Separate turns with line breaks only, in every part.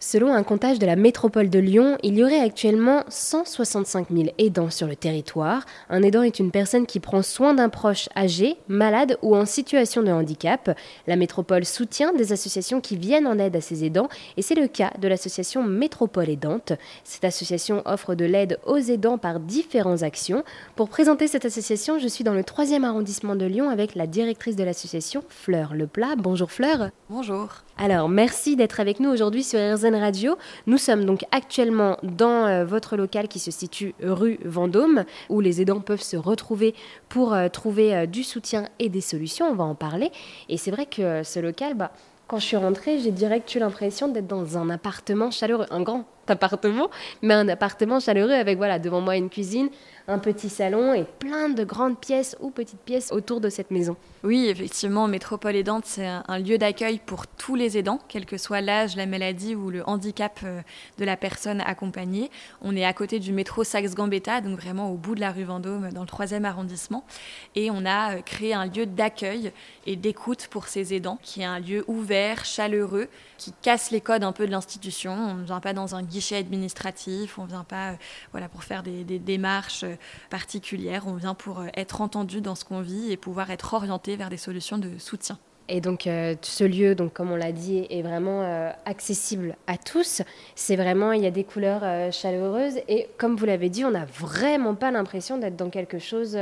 Selon un comptage de la métropole de Lyon, il y aurait actuellement 165 000 aidants sur le territoire. Un aidant est une personne qui prend soin d'un proche âgé, malade ou en situation de handicap. La métropole soutient des associations qui viennent en aide à ces aidants et c'est le cas de l'association Métropole Aidante. Cette association offre de l'aide aux aidants par différentes actions. Pour présenter cette association, je suis dans le 3e arrondissement de Lyon avec la directrice de l'association, Fleur Leplat. Bonjour Fleur.
Bonjour.
Alors, merci d'être avec nous aujourd'hui sur RZN Radio. Nous sommes donc actuellement dans votre local qui se situe rue Vendôme, où les aidants peuvent se retrouver pour trouver du soutien et des solutions. On va en parler. Et c'est vrai que ce local, quand je suis rentrée, j'ai direct eu l'impression d'être dans un appartement chaleureux, un grand appartement, mais un appartement chaleureux avec, devant moi une cuisine, un petit salon et plein de grandes pièces ou petites pièces autour de cette maison.
Oui, effectivement, Métropole Aidante, c'est un lieu d'accueil pour tous les aidants, quel que soit l'âge, la maladie ou le handicap de la personne accompagnée. On est à côté du métro Saxe-Gambetta, donc vraiment au bout de la rue Vendôme, dans le 3e arrondissement. Et on a créé un lieu d'accueil et d'écoute pour ces aidants, qui est un lieu ouvert, chaleureux, qui casse les codes un peu de l'institution. On ne vient pas dans un guichet administratif, on ne vient pas pour faire des démarches particulières, on vient pour être entendu dans ce qu'on vit et pouvoir être orienté vers des solutions de soutien.
Et donc ce lieu, comme on l'a dit, est vraiment accessible à tous. C'est vraiment, il y a des couleurs chaleureuses et comme vous l'avez dit, on n'a vraiment pas l'impression d'être dans quelque chose,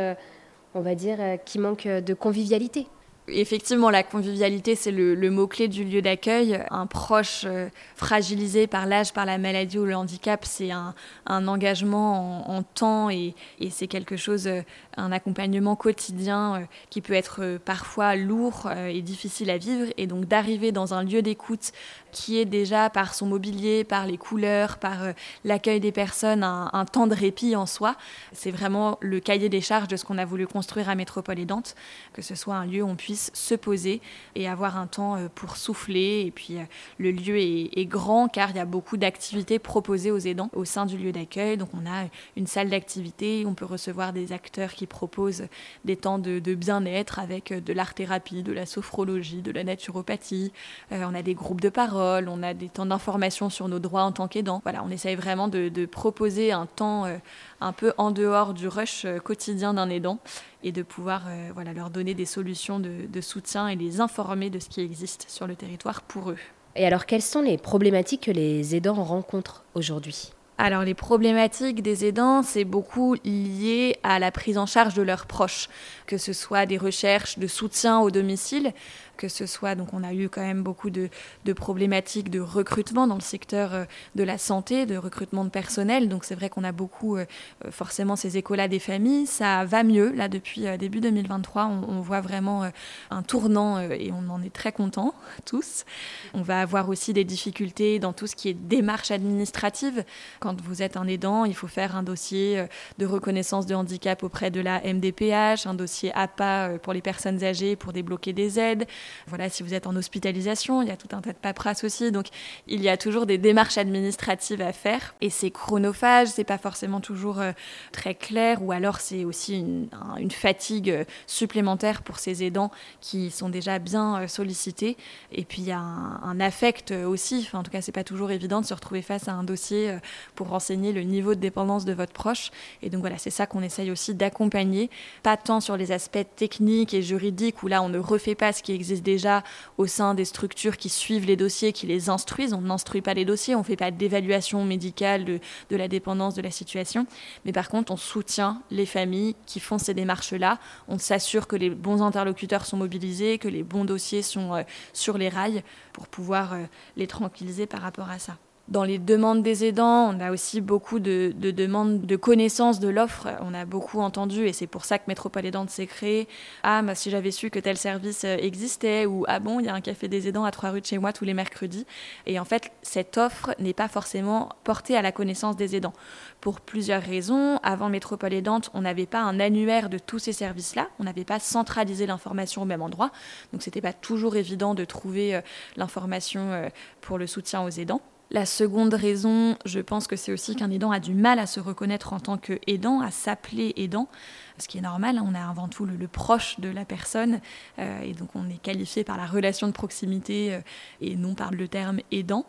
qui manque de convivialité.
Effectivement, la convivialité, c'est le mot-clé du lieu d'accueil. Un proche fragilisé par l'âge, par la maladie ou le handicap, c'est un engagement en temps et c'est quelque chose, un accompagnement quotidien qui peut être parfois lourd et difficile à vivre. Et donc d'arriver dans un lieu d'écoute qui est déjà par son mobilier, par les couleurs, par l'accueil des personnes, un temps de répit en soi, c'est vraiment le cahier des charges de ce qu'on a voulu construire à Métropole Aidante, que ce soit un lieu où on puisse se poser et avoir un temps pour souffler. Et puis le lieu est grand car il y a beaucoup d'activités proposées aux aidants au sein du lieu d'accueil. Donc on a une salle d'activité, on peut recevoir des acteurs qui proposent des temps de bien-être avec de l'art-thérapie, de la sophrologie, de la naturopathie. On a des groupes de parole, on a des temps d'information sur nos droits en tant qu'aidants. Voilà, on essaye vraiment de proposer un temps un peu en dehors du rush quotidien d'un aidant et de pouvoir leur donner des solutions de soutien et les informer de ce qui existe sur le territoire pour eux.
Et alors, quelles sont les problématiques que les aidants rencontrent aujourd'hui ?
Alors les problématiques des aidants, c'est beaucoup lié à la prise en charge de leurs proches, que ce soit des recherches de soutien au domicile, que ce soit, donc on a eu quand même beaucoup de problématiques de recrutement dans le secteur de la santé, de recrutement de personnel, donc c'est vrai qu'on a beaucoup forcément ces échos-là des familles. Ça va mieux, là depuis début 2023, on voit vraiment un tournant et on en est très contents tous. On va avoir aussi des difficultés dans tout ce qui est démarche administrative. Quand vous êtes un aidant, il faut faire un dossier de reconnaissance de handicap auprès de la MDPH, un dossier APA pour les personnes âgées pour débloquer des aides. Voilà, si vous êtes en hospitalisation, il y a tout un tas de paperasse aussi. Donc, il y a toujours des démarches administratives à faire. Et c'est chronophage, c'est pas forcément toujours très clair. Ou alors, c'est aussi une fatigue supplémentaire pour ces aidants qui sont déjà bien sollicités. Et puis, il y a un affect aussi. Enfin, en tout cas, c'est pas toujours évident de se retrouver face à un dossier pour renseigner le niveau de dépendance de votre proche. Et donc, voilà, c'est ça qu'on essaye aussi d'accompagner. Pas tant sur les aspects techniques et juridiques où là, on ne refait pas ce qui existe déjà au sein des structures qui suivent les dossiers, qui les instruisent. On n'instruit pas les dossiers, on ne fait pas d'évaluation médicale de la dépendance, de la situation. Mais par contre, on soutient les familles qui font ces démarches-là. On s'assure que les bons interlocuteurs sont mobilisés, que les bons dossiers sont sur les rails pour pouvoir les tranquilliser par rapport à ça. Dans les demandes des aidants, on a aussi beaucoup de demandes de connaissance de l'offre. On a beaucoup entendu, et c'est pour ça que Métropole Aidante s'est créée. Ah, si j'avais su que tel service existait, ou ah bon, il y a un café des aidants à 3 rues de chez moi tous les mercredis. Et en fait, cette offre n'est pas forcément portée à la connaissance des aidants. Pour plusieurs raisons. Avant Métropole Aidante, on n'avait pas un annuaire de tous ces services-là. On n'avait pas centralisé l'information au même endroit. Donc, c'était pas toujours évident de trouver l'information pour le soutien aux aidants. La seconde raison, je pense que c'est aussi qu'un aidant a du mal à se reconnaître en tant qu'aidant, à s'appeler aidant, ce qui est normal, on a avant tout le proche de la personne, et donc on est qualifié par la relation de proximité et non par le terme aidant.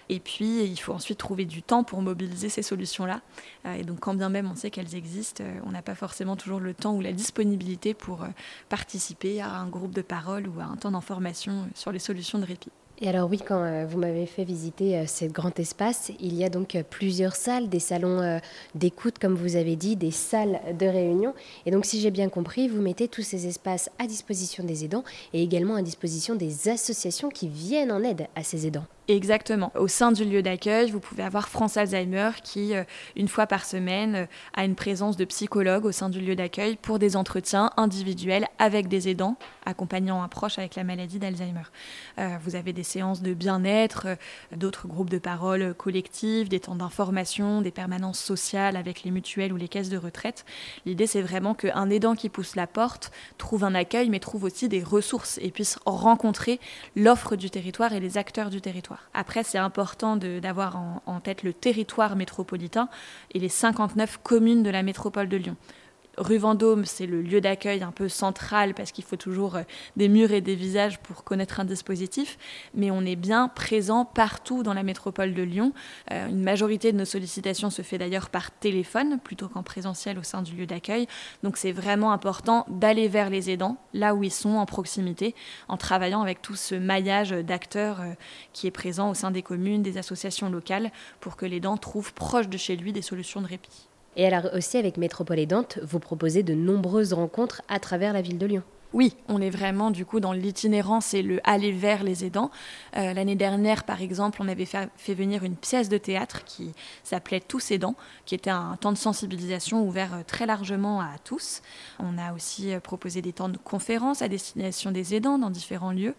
Et puis, il faut ensuite trouver du temps pour mobiliser ces solutions-là. Et donc, quand bien même on sait qu'elles existent, on n'a pas forcément toujours le temps ou la disponibilité pour participer à un groupe de parole ou à un temps d'information sur les solutions de répit.
Et alors oui, quand vous m'avez fait visiter ce grand espace, il y a donc plusieurs salles, des salons d'écoute, comme vous avez dit, des salles de réunion. Et donc si j'ai bien compris, vous mettez tous ces espaces à disposition des aidants et également à disposition des associations qui viennent en aide à ces aidants.
Exactement. Au sein du lieu d'accueil, vous pouvez avoir France Alzheimer qui, une fois par semaine, a une présence de psychologues au sein du lieu d'accueil pour des entretiens individuels avec des aidants accompagnant un proche avec la maladie d'Alzheimer. Vous avez des séances de bien-être, d'autres groupes de parole collectifs, des temps d'information, des permanences sociales avec les mutuelles ou les caisses de retraite. L'idée, c'est vraiment qu'un aidant qui pousse la porte trouve un accueil, mais trouve aussi des ressources et puisse rencontrer l'offre du territoire et les acteurs du territoire. Après, c'est important d'avoir en tête le territoire métropolitain et les 59 communes de la métropole de Lyon. Rue Vendôme, c'est le lieu d'accueil un peu central parce qu'il faut toujours des murs et des visages pour connaître un dispositif, mais on est bien présent partout dans la métropole de Lyon. Une majorité de nos sollicitations se fait d'ailleurs par téléphone plutôt qu'en présentiel au sein du lieu d'accueil. Donc c'est vraiment important d'aller vers les aidants, là où ils sont, en proximité, en travaillant avec tout ce maillage d'acteurs qui est présent au sein des communes, des associations locales, pour que l'aidant trouve proche de chez lui des solutions de répit.
Et alors aussi avec Métropole Aidante, vous proposez de nombreuses rencontres à travers la ville de Lyon.
Oui, on est vraiment du coup dans l'itinérance et le aller vers les aidants. L'année dernière, par exemple, on avait fait venir une pièce de théâtre qui s'appelait Tous aidants, qui était un temps de sensibilisation ouvert très largement à tous. On a aussi proposé des temps de conférences à destination des aidants dans différents lieux.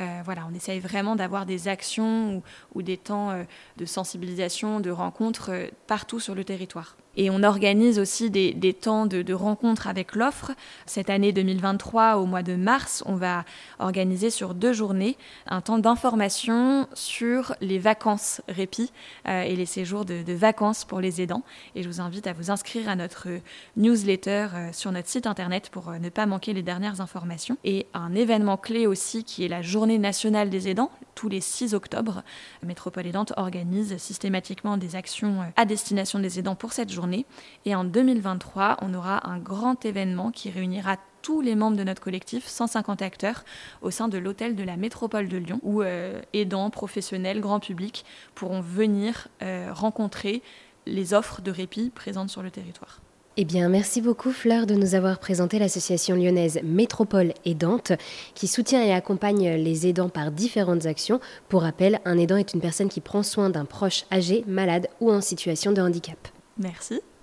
On essaye vraiment d'avoir des actions ou des temps de sensibilisation, de rencontres partout sur le territoire. Et on organise aussi des temps de rencontres avec l'offre. Cette année 2023, au mois de mars, on va organiser sur 2 journées un temps d'information sur les vacances répit et les séjours de vacances pour les aidants. Et je vous invite à vous inscrire à notre newsletter sur notre site internet pour ne pas manquer les dernières informations. Et un événement clé aussi qui est la Journée nationale des aidants. Tous les 6 octobre, Métropole Aidante organise systématiquement des actions à destination des aidants pour cette journée. Et en 2023, on aura un grand événement qui réunira tous les membres de notre collectif, 150 acteurs, au sein de l'hôtel de la Métropole de Lyon, où aidants, professionnels, grand public pourront venir rencontrer les offres de répit présentes sur le territoire.
Eh bien, merci beaucoup Fleur de nous avoir présenté l'association lyonnaise Métropole Aidante qui soutient et accompagne les aidants par différentes actions. Pour rappel, un aidant est une personne qui prend soin d'un proche âgé, malade ou en situation de handicap.
Merci.